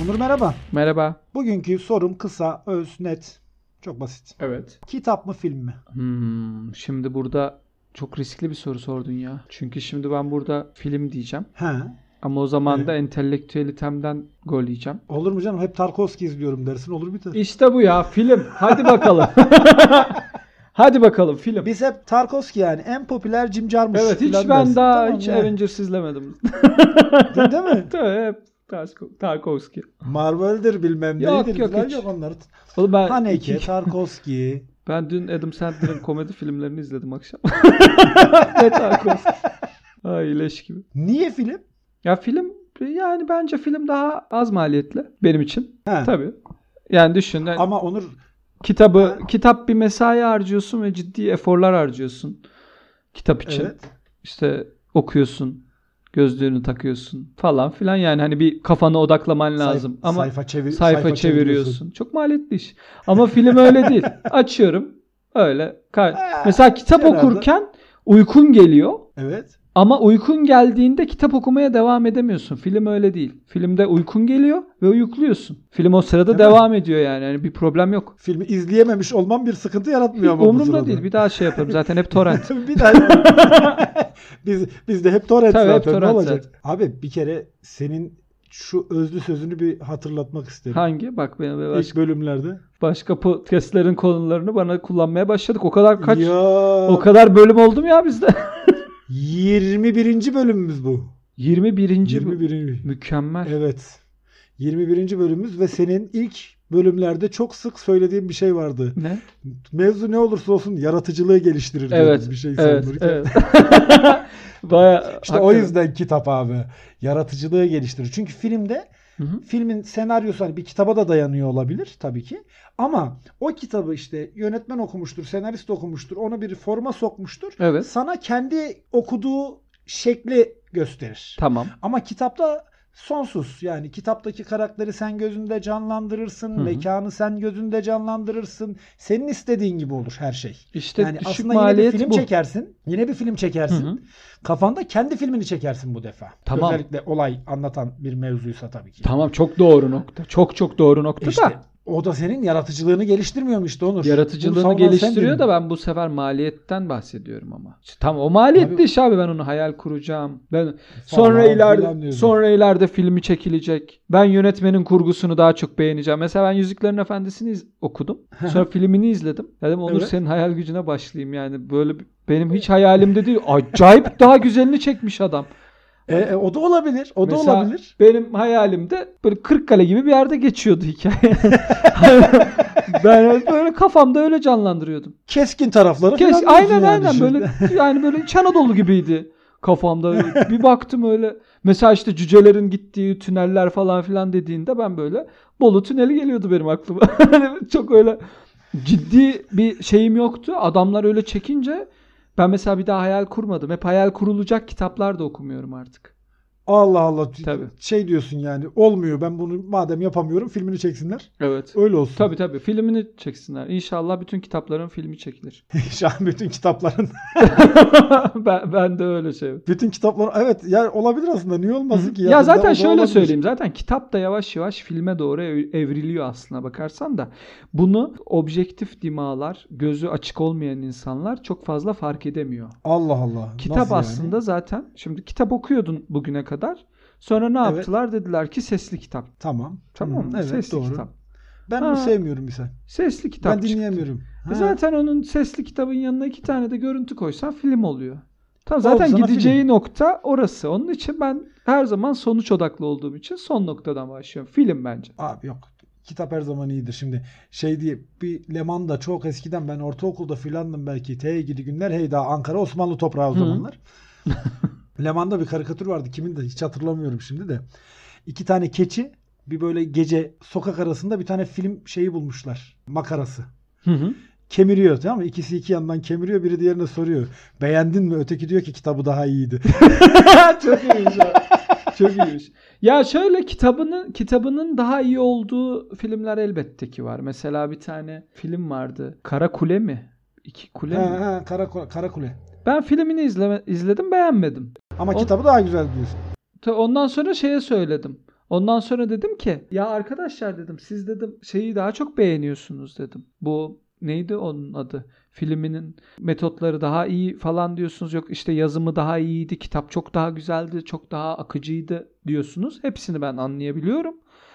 Onur merhaba. Merhaba. Bugünkü sorum kısa, öz, net. Çok basit. Evet. Kitap mı film mi? Şimdi burada çok riskli bir soru sordun ya. Çünkü şimdi ben burada film diyeceğim. He. Ama o zaman da entelektüelitemden gol yiyeceğim. Olur mu canım? Hep Tarkovski izliyorum dersin. Olur biter. İşte bu ya film. Hadi bakalım. Hadi bakalım film. Biz hep Tarkovski yani. En popüler Jim Jarmusch. Evet hiç filan ben dersin. daha Tamam hiç ya. Avengers izlemedim. Değil mi? Tabii hep Tarkovski. Marvel'dir bilmem Yok, neydir. yok, Falan hiç. yok onlar. Oğlum ben Haneke, Tarkovski. Ben dün Adam Sandler'ın komedi filmlerini izledim akşam. Ve Tarkovski. Ay leş gibi. Niye film? Ya film yani bence film daha az maliyetli benim için. He. Tabii. Yani düşün. Ama Onur Kitap bir mesai harcıyorsun ve ciddi eforlar harcıyorsun. Kitap için. evet. İşte okuyorsun, gözlüğünü takıyorsun falan filan yani hani bir kafana odaklaman lazım. Ama sayfa çeviriyorsun. Çok maliyetli iş. Ama film öyle değil. Açıyorum. Öyle. Mesela kitap herhalde. okurken uykun geliyor. Evet. Ama uykun geldiğinde kitap okumaya devam edemiyorsun. Film öyle değil. Filmde uykun geliyor ve uyukluyorsun. Film o sırada Değil devam ediyor yani. Yani bir problem yok. Filmi izleyememiş olmam bir sıkıntı yaratmıyor ama bu Umurumda sırada. değil. Bir daha şey yaparım. Zaten hep torrent. Bir daha. biz de hep torrent Tabii, zaten. hep torrent ne olacak? zaten. Abi bir kere senin şu özlü sözünü bir hatırlatmak isterim. Hangi? Bak benim İlk bölümlerde. başka podcastlerin konularını bana kullanmaya başladık. O kadar Ya, o kadar bölüm oldu mu ya bizde? 21. bölümümüz bu. 21. 21. Mükemmel. Evet. 21. bölümümüz ve senin ilk bölümlerde çok sık söylediğin bir şey vardı. Ne? Mevzu ne olursa olsun yaratıcılığı geliştirir diyordun Evet. bir şey Evet. savunurken. Evet. Baya İşte o yüzden kitap abi. Yaratıcılığı geliştirir. Çünkü filmde filmin senaryosu hani bir kitaba da dayanıyor olabilir tabii ki. Ama o kitabı işte yönetmen okumuştur, senarist okumuştur. Onu bir forma sokmuştur. Evet. Sana kendi okuduğu şekli gösterir. Tamam. Ama kitapta sonsuz. Yani kitaptaki karakteri sen gözünde canlandırırsın. Mekanı sen gözünde canlandırırsın. Senin istediğin gibi olur her şey. İşte yani düşük aslında maliyet yine bir film bu. çekersin. Yine bir film çekersin. Kafanda kendi filmini çekersin bu defa. Tamam. Özellikle olay anlatan bir mevzuysa tabii ki. Tamam çok doğru nokta. Çok doğru nokta İşte da. o da senin yaratıcılığını geliştirmiyor mu işte Onur? Yaratıcılığını geliştiriyor da ben bu sefer maliyetten bahsediyorum ama. İşte tamam o maliyetli iş abi ben onu hayal kuracağım. Ben sonra ileride filmi çekilecek. Ben yönetmenin kurgusunu daha çok beğeneceğim. Mesela ben Yüzüklerin Efendisi'ni okudum. Sonra filmini izledim. Dedim Onur senin hayal gücüne başlayayım yani böyle benim hiç hayalimde değil. Acayip daha güzelini çekmiş adam. O da olabilir. O mesela da olabilir. Benim hayalimde böyle Kırıkkale gibi bir yerde geçiyordu hikaye. Ben böyle kafamda öyle canlandırıyordum. Keskin tarafları falan. Aynen böyle yani böyle İç Anadolu gibiydi kafamda. Bir baktım öyle. Mesela işte cücelerin gittiği tüneller falan filan dediğinde ben böyle Bolu tüneli geliyordu benim aklıma. Çok öyle ciddi bir şeyim yoktu. Adamlar öyle çekince ben mesela bir daha hayal kurmadım. Hep hayal kurulacak kitaplar da okumuyorum artık. Allah Allah. Tabii. Şey diyorsun yani olmuyor ben bunu madem yapamıyorum filmini çeksinler. Evet. Öyle olsun. Tabii filmini çeksinler. İnşallah bütün kitapların filmi çekilir. İnşallah bütün kitapların. ben de öyle şey. Bütün kitaplar evet yani olabilir aslında niye olmasın ki? Ya zaten şöyle söyleyeyim zaten kitap da yavaş yavaş filme doğru evriliyor aslına bakarsan da. Bunu objektif dimağlar, gözü açık olmayan insanlar çok fazla fark edemiyor. Allah Allah. Kitap nasıl aslında yani? Zaten şimdi kitap okuyordun bugüne kadar. Sonra ne yaptılar? Dediler ki sesli kitap. Tamam mı? Evet, Sesli doğru. kitap. Ben bunu sevmiyorum misal. Sesli kitap Ben dinleyemiyorum. Zaten onun sesli kitabın yanına 2 tane de görüntü koysan film oluyor. Tamam zaten sana gideceği film. nokta orası. Onun için ben her zaman sonuç odaklı olduğum için son noktadan başlıyorum. Film bence. Abi yok. Kitap her zaman iyidir. Şimdi şey diye bir Leman'da çok eskiden ben ortaokulda filandım belki. Gidi günler hey daha Ankara Osmanlı toprağı o zamanlar. Leman'da bir karikatür vardı. Kimin de hiç hatırlamıyorum şimdi de. 2 tane keçi bir böyle gece sokak arasında bir tane film şeyi bulmuşlar. Makarası. Kemiriyor tamam mı? İkisi iki yandan kemiriyor. Biri diğerine soruyor. Beğendin mi? Öteki diyor ki kitabı daha iyiydi. Çok iyiymiş abi. Çok iyiymiş. Ya şöyle kitabının daha iyi olduğu filmler elbette ki var. Mesela bir tane film vardı. Kara Kule mi? 2 Kule mi? Kara Kule. Ben filmini izledim beğenmedim. Ama kitabı daha güzel diyorsun. Ondan sonra şeye söyledim. Ondan sonra dedim ki ya arkadaşlar dedim siz dedim şeyi daha çok beğeniyorsunuz dedim. Bu neydi onun adı? Filminin metotları daha iyi falan diyorsunuz. Yok işte yazımı daha iyiydi, kitap çok daha güzeldi, çok daha akıcıydı diyorsunuz. Hepsini ben anlayabiliyorum.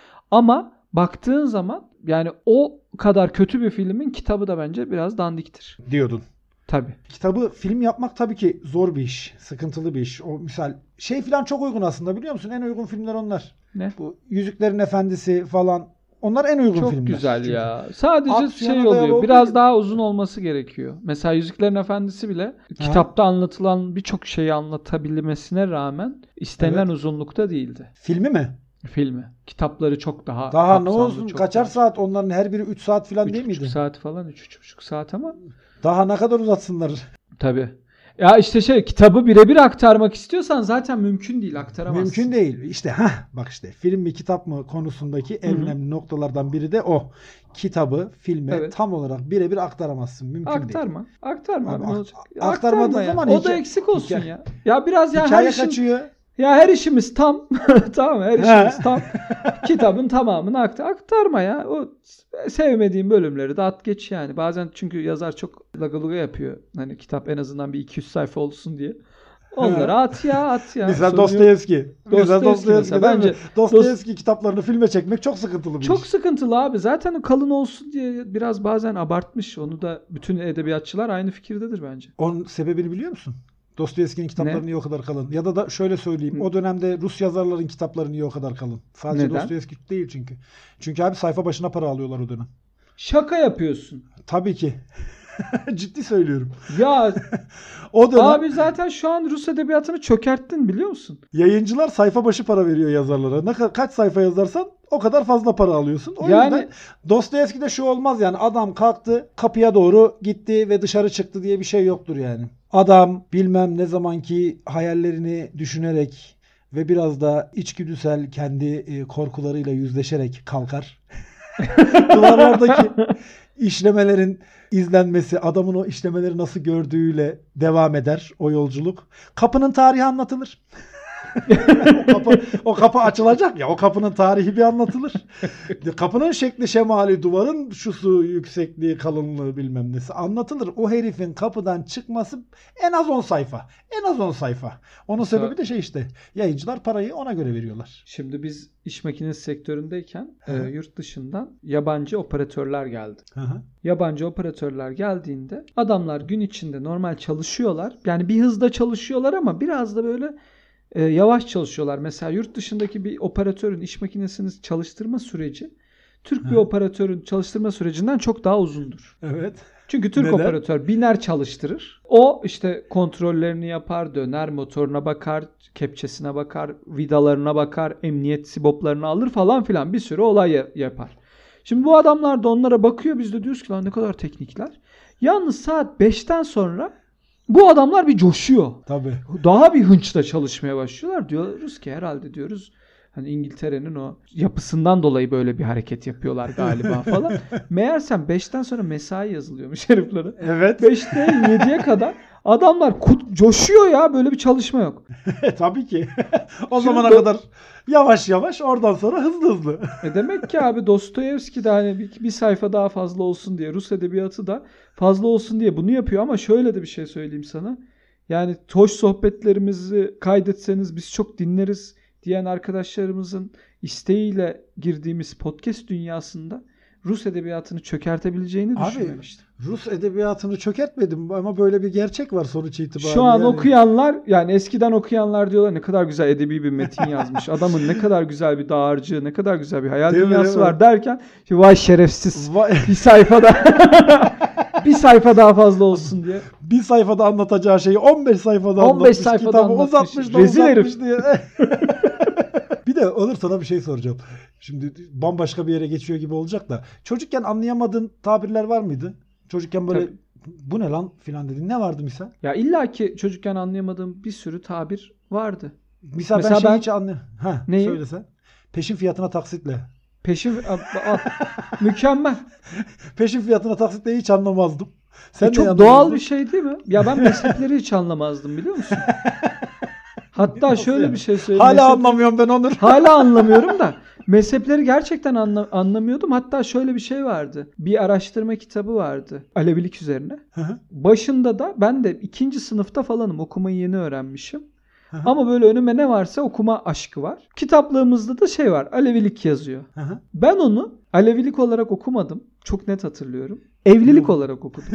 Ama baktığın zaman yani o kadar kötü bir filmin kitabı da bence biraz dandiktir. Diyordun. Tabii. Kitabı film yapmak tabii ki zor bir iş. Sıkıntılı bir iş. O misal şey falan çok uygun aslında biliyor musun? En uygun filmler onlar. Ne? Bu Yüzüklerin Efendisi falan. Onlar en uygun çok filmler. Çok güzel çünkü. ya. Sadece Aksiyona şey oluyor. dayalı Biraz daha uzun olması gerekiyor. Mesela Yüzüklerin Efendisi bile kitapta anlatılan birçok şeyi anlatabilmesine rağmen istenilen uzunlukta değildi. Filmi mi? Filmi. Kitapları çok daha ne kapsamlı, olsun kaçar daha... saat onların her biri 3 saat falan değil miydi? 3,5 saat falan 3,5 saat ama. Daha ne kadar uzatsınlar? Tabii. Ya işte kitabı birebir aktarmak istiyorsan zaten mümkün değil, aktaramazsın. Mümkün değil. İşte bak işte film mi kitap mı konusundaki en önemli noktalardan biri de o. Kitabı filme tam olarak birebir aktaramazsın. Mümkün değil. Aktarma. Abi, aktarmadığın zaman o da eksik olsun ya. Ya biraz ya hikaye kaçıyor. Ya her işimiz tam. Tamam her işimiz tam. Kitabın tamamını aktarma ya. O sevmediğim bölümleri de at geç yani. Bazen çünkü yazar çok lagaluga yapıyor. Hani kitap en azından bir 200 sayfa olsun diye. Onları at ya. Mesela Dostoyevski. Bence Dostoyevski kitaplarını filme çekmek çok sıkıntılı bir iş. Çok sıkıntılı abi. Zaten kalın olsun diye biraz bazen abartmış. Onu da bütün edebiyatçılar aynı fikirdedir bence. Onun sebebini biliyor musun? Dostoyevski'nin kitapları niye o kadar kalın? Ya da şöyle söyleyeyim. O dönemde Rus yazarların kitapları niye o kadar kalın? Sadece Dostoyevski değil çünkü. Çünkü abi sayfa başına para alıyorlar o dönem. Şaka yapıyorsun. Tabii ki. Ciddi söylüyorum. Ya o dönem... Abi zaten şu an Rus edebiyatını çökerttin biliyor musun? Yayıncılar sayfa başı para veriyor yazarlara. Kaç sayfa yazarsan o kadar fazla para alıyorsun. O yüzden Dostoyevski'de şu olmaz yani. Adam kalktı kapıya doğru gitti ve dışarı çıktı diye bir şey yoktur yani. Adam bilmem ne zamanki hayallerini düşünerek ve biraz da içgüdüsel kendi korkularıyla yüzleşerek kalkar. Duvarlardaki işlemelerin izlenmesi, adamın o işlemeleri nasıl gördüğüyle devam eder o yolculuk. Kapının tarihi anlatılır. o kapı açılacak ya, o kapının tarihi bir anlatılır. Kapının şekli, şemali, duvarın şusu, yüksekliği, kalınlığı bilmem nesi anlatılır. O herifin kapıdan çıkması en az 10 sayfa. En az 10 sayfa. Onun sebebi de işte yayıncılar parayı ona göre veriyorlar. Şimdi biz iş makinesi sektöründeyken yurt dışından yabancı operatörler geldi. Yabancı operatörler geldiğinde adamlar gün içinde normal çalışıyorlar. Yani bir hızda çalışıyorlar ama biraz da böyle yavaş çalışıyorlar. Mesela yurt dışındaki bir operatörün iş makinesini çalıştırma süreci Türk bir operatörün çalıştırma sürecinden çok daha uzundur. Evet. Çünkü Türk operatör biner çalıştırır. O işte kontrollerini yapar, döner, motoruna bakar, kepçesine bakar, vidalarına bakar, emniyet siboplarını alır falan filan bir sürü olay yapar. Şimdi bu adamlar da onlara bakıyor. Biz de diyoruz ki lan ne kadar teknikler. Yalnız saat 5'ten sonra bu adamlar bir coşuyor. Tabii. Daha bir hınçla çalışmaya başlıyorlar. Diyoruz ki herhalde diyoruz hani İngiltere'nin o yapısından dolayı böyle bir hareket yapıyorlar galiba falan. Meğersem 5'ten sonra mesai yazılıyormuş heriflere. Evet. 5'te 7'ye kadar adamlar coşuyor ya, böyle bir çalışma yok. Tabii ki. O zamana kadar yavaş yavaş, oradan sonra hızlı. Demek ki abi Dostoyevski de hani bir sayfa daha fazla olsun diye, Rus edebiyatı da fazla olsun diye bunu yapıyor ama şöyle de bir şey söyleyeyim sana. Yani hoş sohbetlerimizi kaydetseniz biz çok dinleriz diyen arkadaşlarımızın isteğiyle girdiğimiz podcast dünyasında Rus edebiyatını çökertebileceğini düşünmemiştim. Rus edebiyatını çökertmedim ama böyle bir gerçek var sonuç itibariyle. Şu an okuyanlar, yani eskiden okuyanlar diyorlar ne kadar güzel edebi bir metin yazmış. Adamın ne kadar güzel bir dağarcığı, ne kadar güzel bir hayal dünyası var derken vay şerefsiz. Bir sayfada bir sayfa daha fazla olsun diye. Bir sayfada anlatacağı şeyi 15 sayfada anlatmış. Kitabı uzatmış diye. Bir de olur sana bir şey soracağım. Şimdi bambaşka bir yere geçiyor gibi olacak da. Çocukken anlayamadığın tabirler var mıydı? Çocukken böyle bu ne lan filan dedin. Ne vardı misal? Ya illa ki çocukken anlayamadığım bir sürü tabir vardı. Mesela ben hiç anlayamadım. Neyi? Söylesen. Peşin fiyatına taksitle. Mükemmel. Peşin fiyatına taksitle hiç anlamazdım. Sen çok doğal bir şey değil mi? Ya ben meslekleri hiç anlamazdım biliyor musun? Hatta şöyle bir şey söyleyeyim. Hala anlamıyorum ben Onur. Hala anlamıyorum da. Mezhepleri gerçekten anlamıyordum. Hatta şöyle bir şey vardı. Bir araştırma kitabı vardı. Alevilik üzerine. Başında da ben de 2. sınıfta falanım. Okumayı yeni öğrenmişim. Ama böyle önüme ne varsa okuma aşkı var. Kitaplığımızda da şey var. Alevilik yazıyor. Ben onu Alevilik olarak okumadım. Çok net hatırlıyorum. Evlilik olarak okudum.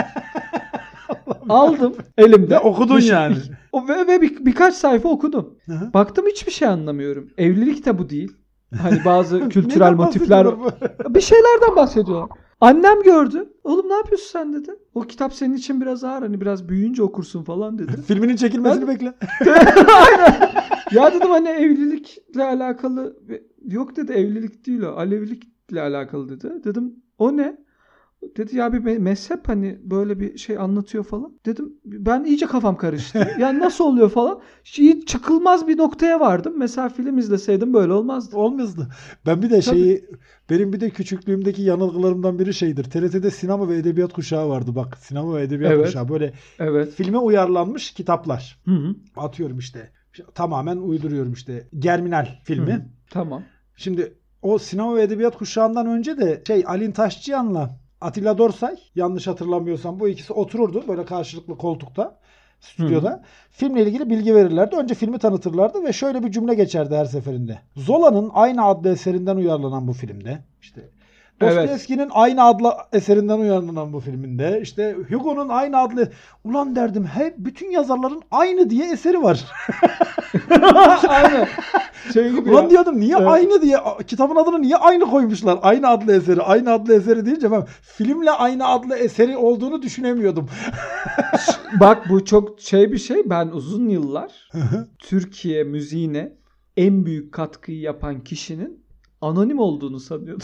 Aldım elimde. Okudun yani. Ve birkaç sayfa okudum. Baktım hiçbir şey anlamıyorum. Evlilik de bu değil. Hani bazı kültürel motifler. Bir şeylerden bahsediyor. Annem gördü. Oğlum ne yapıyorsun sen dedi. O kitap senin için biraz ağır. Hani biraz büyüyünce okursun falan dedi. Filminin çekilmesini bekle. Aynen. Ya dedim hani evlilikle alakalı. Yok dedi, evlilik değil o. Alevilikle alakalı dedi. Dedim o ne? Dedi ya bir mezhep hani böyle bir şey anlatıyor falan. Dedim ben iyice kafam karıştı. Yani nasıl oluyor falan. Hiç çıkılmaz bir noktaya vardım. Mesela film izleseydim böyle olmazdı. Olmazdı. Ben bir de benim bir de küçüklüğümdeki yanılgılarımdan biri şeydir. TRT'de sinema ve edebiyat kuşağı vardı bak. Sinema ve edebiyat kuşağı böyle filme uyarlanmış kitaplar. Hı. Atıyorum işte. Tamamen uyduruyorum işte. Germinal filmi. Hı. Tamam. Şimdi o sinema ve edebiyat kuşağından önce de Alin Taşçıyan'la Atilla Dorsay, yanlış hatırlamıyorsam bu ikisi otururdu böyle karşılıklı koltukta, stüdyoda. Filmle ilgili bilgi verirlerdi. Önce filmi tanıtırlardı ve şöyle bir cümle geçerdi her seferinde. Zola'nın aynı adlı eserinden uyarlanan bu filmde, işte Dostoyevski'nin aynı adlı eserinden uyarlanan bu filminde, işte Hugo'nun aynı adlı, ulan derdim hep bütün yazarların aynı diye eseri var. Aynen. Ulan diyordum niye aynı diye, kitabın adını niye aynı koymuşlar? Aynı adlı eseri. Aynı adlı eseri deyince ben filmle aynı adlı eseri olduğunu düşünemiyordum. Bak bu çok bir şey. Ben uzun yıllar Türkiye müziğine en büyük katkıyı yapan kişinin anonim olduğunu sanıyordum.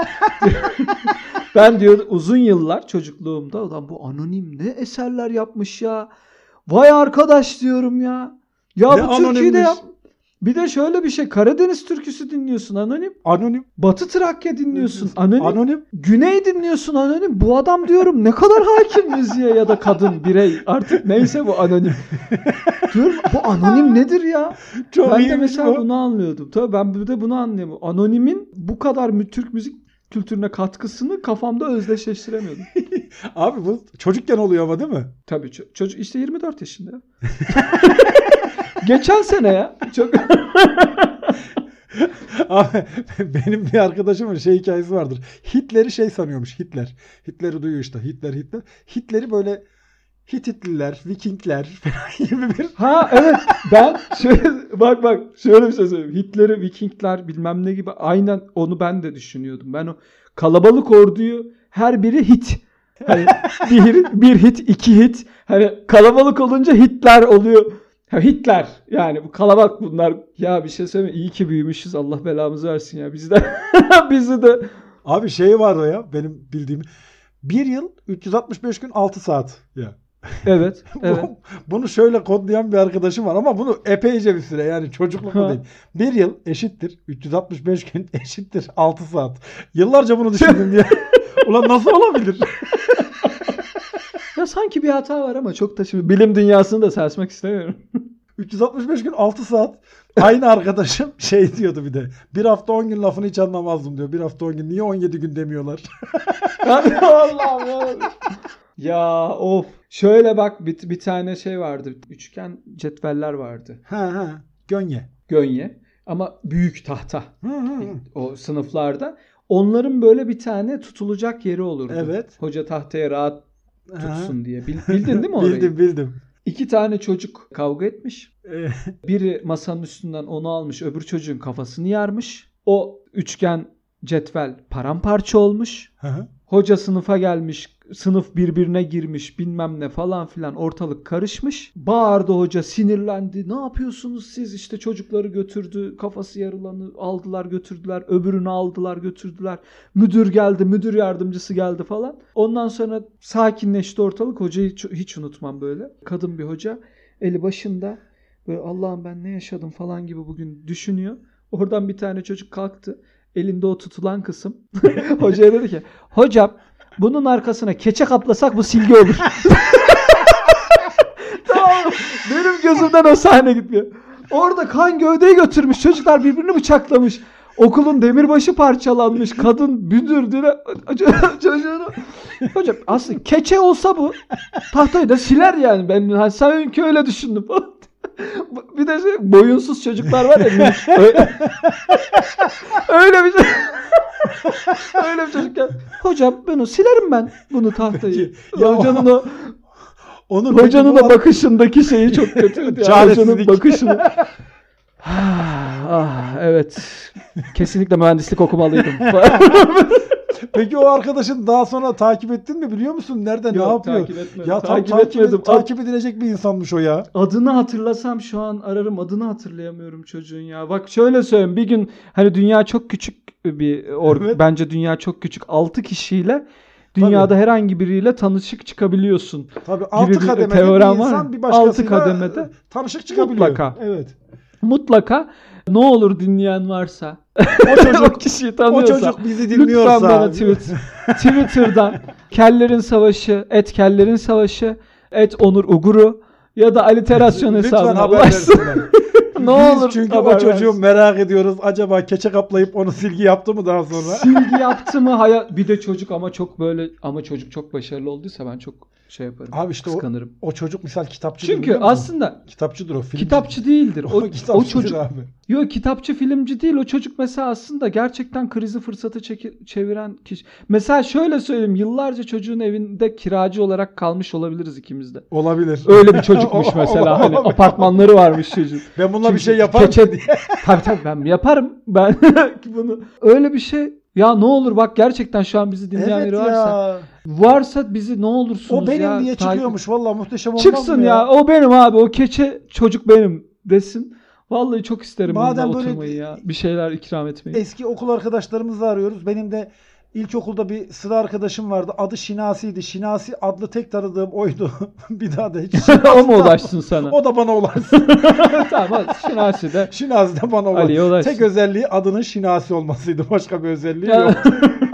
Ben diyor uzun yıllar çocukluğumda ulan bu anonim ne eserler yapmış ya. Vay arkadaş diyorum ya. Ya ne bu Türkiye'de yap. Bir de şöyle bir şey. Karadeniz türküsü dinliyorsun anonim. Anonim. Batı Trakya dinliyorsun anonim. Anonim. Güney dinliyorsun anonim. Bu adam diyorum ne kadar hakim müziğe ya da kadın, birey artık neyse bu anonim. Diyorum bu anonim nedir ya? Çok ben de mesela bunu anlıyordum. Tabii ben bir de bunu anlayamıyorum. Anonimin bu kadar Türk müzik kültürüne katkısını kafamda özdeşleştiremiyordum. Abi bu çocukken oluyor ama değil mi? Tabii çocuk işte 24 yaşında. Geçen sene ya. Çok Abi, benim bir arkadaşımın hikayesi vardır. Hitler'i sanıyormuş. Hitler'i duyuyor işte. Hitler. Hitler'i böyle Hititliler, Vikingler falan gibi bir... Ha evet. Ben bak şöyle bir şey söyleyeyim. Hitler'i Vikingler bilmem ne gibi aynen onu ben de düşünüyordum. Ben o kalabalık orduyu her biri Hit. Hani bir Hit, 2 Hit. Hani kalabalık olunca Hitler oluyor. Hitler yani bu kalabalık bunlar. Ya bir şey söyleyeyim. İyi ki büyümüşüz. Allah belamızı versin ya. Bizi de. Abi var o ya benim bildiğim. 1 yıl 365 gün 6 saat ya. Evet. Bunu şöyle kodlayan bir arkadaşım var ama bunu epeyce bir süre yani çocuklukta değil. 1 yıl eşittir 365 gün eşittir 6 saat. Yıllarca bunu düşündüm diye. Ulan nasıl olabilir? Ya sanki bir hata var ama çok da şimdi bilim dünyasını da sarsmak istemiyorum. 365 gün 6 saat. Aynı arkadaşım diyordu bir de. 1 hafta 10 gün lafını hiç anlamazdım diyor. 1 hafta 10 gün. Niye 17 gün demiyorlar? Allah'ım ya. Ya of. Şöyle bak bir tane vardı. Üçgen cetveller vardı. Gönye. Ama büyük tahta. O sınıflarda. Onların böyle bir tane tutulacak yeri olurdu. Evet. Hoca tahtaya rahat tutsun diye. Bildin değil mi orayı? Bildim. 2 tane çocuk kavga etmiş. Biri masanın üstünden onu almış. Öbür çocuğun kafasını yarmış. O üçgen cetvel paramparça olmuş. Hoca sınıfa gelmiş. Sınıf birbirine girmiş. Bilmem ne falan filan. Ortalık karışmış. Bağırdı hoca, sinirlendi. Ne yapıyorsunuz siz? İşte çocukları götürdü. Kafası yarılanı aldılar götürdüler. Öbürünü aldılar götürdüler. Müdür geldi. Müdür yardımcısı geldi falan. Ondan sonra sakinleşti ortalık. Hocayı hiç unutmam böyle. Kadın bir hoca. Eli başında. Böyle Allah'ım ben ne yaşadım falan gibi bugün düşünüyor. Oradan bir tane çocuk kalktı. Elinde o tutulan kısım. Hocaya dedi ki hocam bunun arkasına keçe kaplasak bu silgi olur. Tamam. Benim gözümden o sahne gitmiyor. Orada kan gövdeyi götürmüş. Çocuklar birbirini bıçaklamış. Okulun demirbaşı parçalanmış. Kadın müdürdü. Çocuğunu. Hocam aslında keçe olsa bu tahtayı da siler yani. Ben sanki öyle düşündüm. Bir de boyunsuz çocuklar var ya. Öyle bir şey. Öyle bir çocuk ya. Hocam bunu silerim ben bunu tahtayı. Hocanın o bakışındaki şeyi çok kötüydü. Hocanın bakışını. Evet. Kesinlikle mühendislik okumalıydım. Peki o arkadaşın daha sonra takip ettin mi biliyor musun? Nerede ne yapıyor? Takip etmedim. Ya takip edilecek bir insanmış o ya. Adını hatırlasam şu an ararım. Adını hatırlayamıyorum çocuğun ya. Bak şöyle söyleyeyim. Bir gün hani dünya çok küçük bir evet. Bence dünya çok küçük. 6 kişiyle dünyada herhangi biriyle tanışık çıkabiliyorsun. Tabii 6 kademede bir insan bir başkasıyla 6 kademede tanışık çıkabiliyor. Mutlaka. Evet. Mutlaka. Ne olur dinleyen varsa o çocuk o kişiyi tanıyorsa o çocuk bizi dinliyorsa lütfen bana Twitter'dan Kellerin Savaşı @Kellerin Savaşı @Onur Uguru ya da aliterasyon hesabına ulaşsın. Ne olur. Çünkü o çocuğu merak ediyoruz. Acaba keçe kaplayıp onu silgi yaptı mı daha sonra? Silgi yaptı mı? Bir de çocuk ama çocuk çok başarılı olduysa ben çok şey yaparım. Abi işte kıskanırım. O çocuk misal kitapçı. Çünkü aslında kitapçıdır o, filmci. Kitapçı değildir. O çocuk abi. Yok, kitapçı filmci değil. O çocuk mesela aslında gerçekten krizi fırsatı çeviren kişi. Mesela şöyle söyleyeyim, yıllarca çocuğun evinde kiracı olarak kalmış olabiliriz ikimiz de. Olabilir. Öyle bir çocukmuş mesela. Hani apartmanları varmış çocuğun. Ben bununla bir şey yaparım diye. Tabii ben yaparım. Ben bunu. Öyle bir şey. Ya ne olur bak, gerçekten şu an bizi dinleyen biri varsa bizi ne olursunuz o benim ya. Diye çıkıyormuş. Vallahi muhteşem olmaz Çıksın mı ya. O benim abi. O keçe çocuk benim desin. Vallahi çok isterim bununla oturmayı ya. Bir şeyler ikram etmeyi. Eski okul arkadaşlarımızla arıyoruz. Benim de ilkokulda bir sıra arkadaşım vardı. Adı Şinasi'ydi. Şinasi adlı tek tanıdığım oydu. Bir daha da hiç. O mu ulaşsın sana? O da bana ulaşsın. Tamam, Şinasi de bana ulaşsın. Tek özelliği adının Şinasi olmasıydı. Başka bir özelliği yoktu.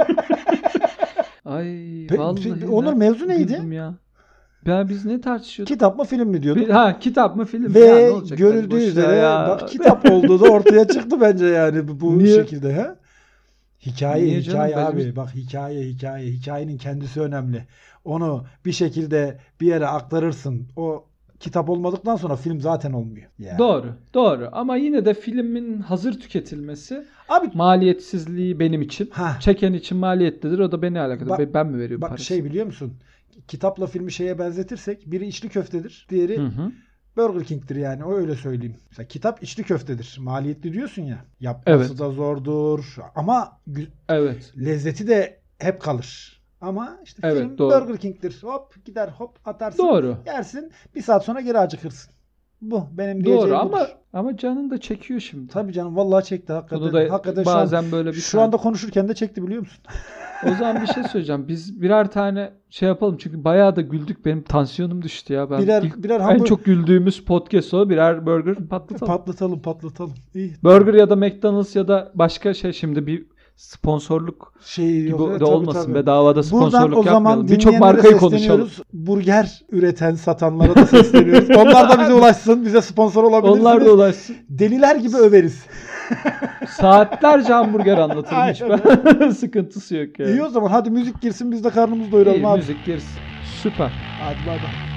Ay vallahi. Onur, mevzu neydi? Ya biz ne tartışıyorduk? Kitap mı film mi diyorduk? Kitap mı film mi? Ve ya, ne olacak? Görüldüğü üzere bak kitap olduğu da ortaya çıktı bence yani bu şekilde. Ha? Hikaye abi. Bak hikayenin kendisi önemli. Onu bir şekilde bir yere aktarırsın. O kitap olmadıktan sonra film zaten olmuyor. Yani. Doğru. Ama yine de filmin hazır tüketilmesi, abi, maliyetsizliği benim için. Çeken için maliyetlidir. O da beni alakadar. Ben mi veriyorum parası? Bak biliyor musun? Kitapla filmi şeye benzetirsek, biri içli köftedir, diğeri Burger King'tir yani. O öyle söyleyeyim. Mesela kitap içli köftedir. Maliyetli diyorsun ya. Yapması da zordur. Ama lezzeti de hep kalır. Ama işte film Burger King'tir. Hop gider, hop atarsın. Doğru. Yersin. Bir saat sonra geri acıkırsın. Bu benim diyeceğim. Doğru ama canın da çekiyor şimdi. Tabii canım, vallahi çekti hakikaten. Hakikaten bazen böyle şu anda konuşurken de çekti, biliyor musun? O zaman bir şey söyleyeceğim. Biz birer tane şey yapalım. Çünkü bayağı da güldük. Benim tansiyonum düştü ya. En çok güldüğümüz podcast o. Birer burger patlatalım. Patlatalım. İyi. Burger ya da McDonald's ya da başka şey, şimdi bir sponsorluk gibi de olmasın. Tabii. Bedavada sponsorluk yapmayalım. Birçok markayı konuşalım. Burger üreten, satanlara da sesleniyoruz. Onlar da bize ulaşsın. Bize sponsor olabilirsiniz. Onlar da ulaşsın. Deliler gibi överiz. Saatlerce hamburger anlatırım. Hiç sıkıntısı yok yani. İyi o zaman. Hadi müzik girsin, biz de karnımızı doyuralım abi. Müzik girsin. Süper. Hadi bay bay.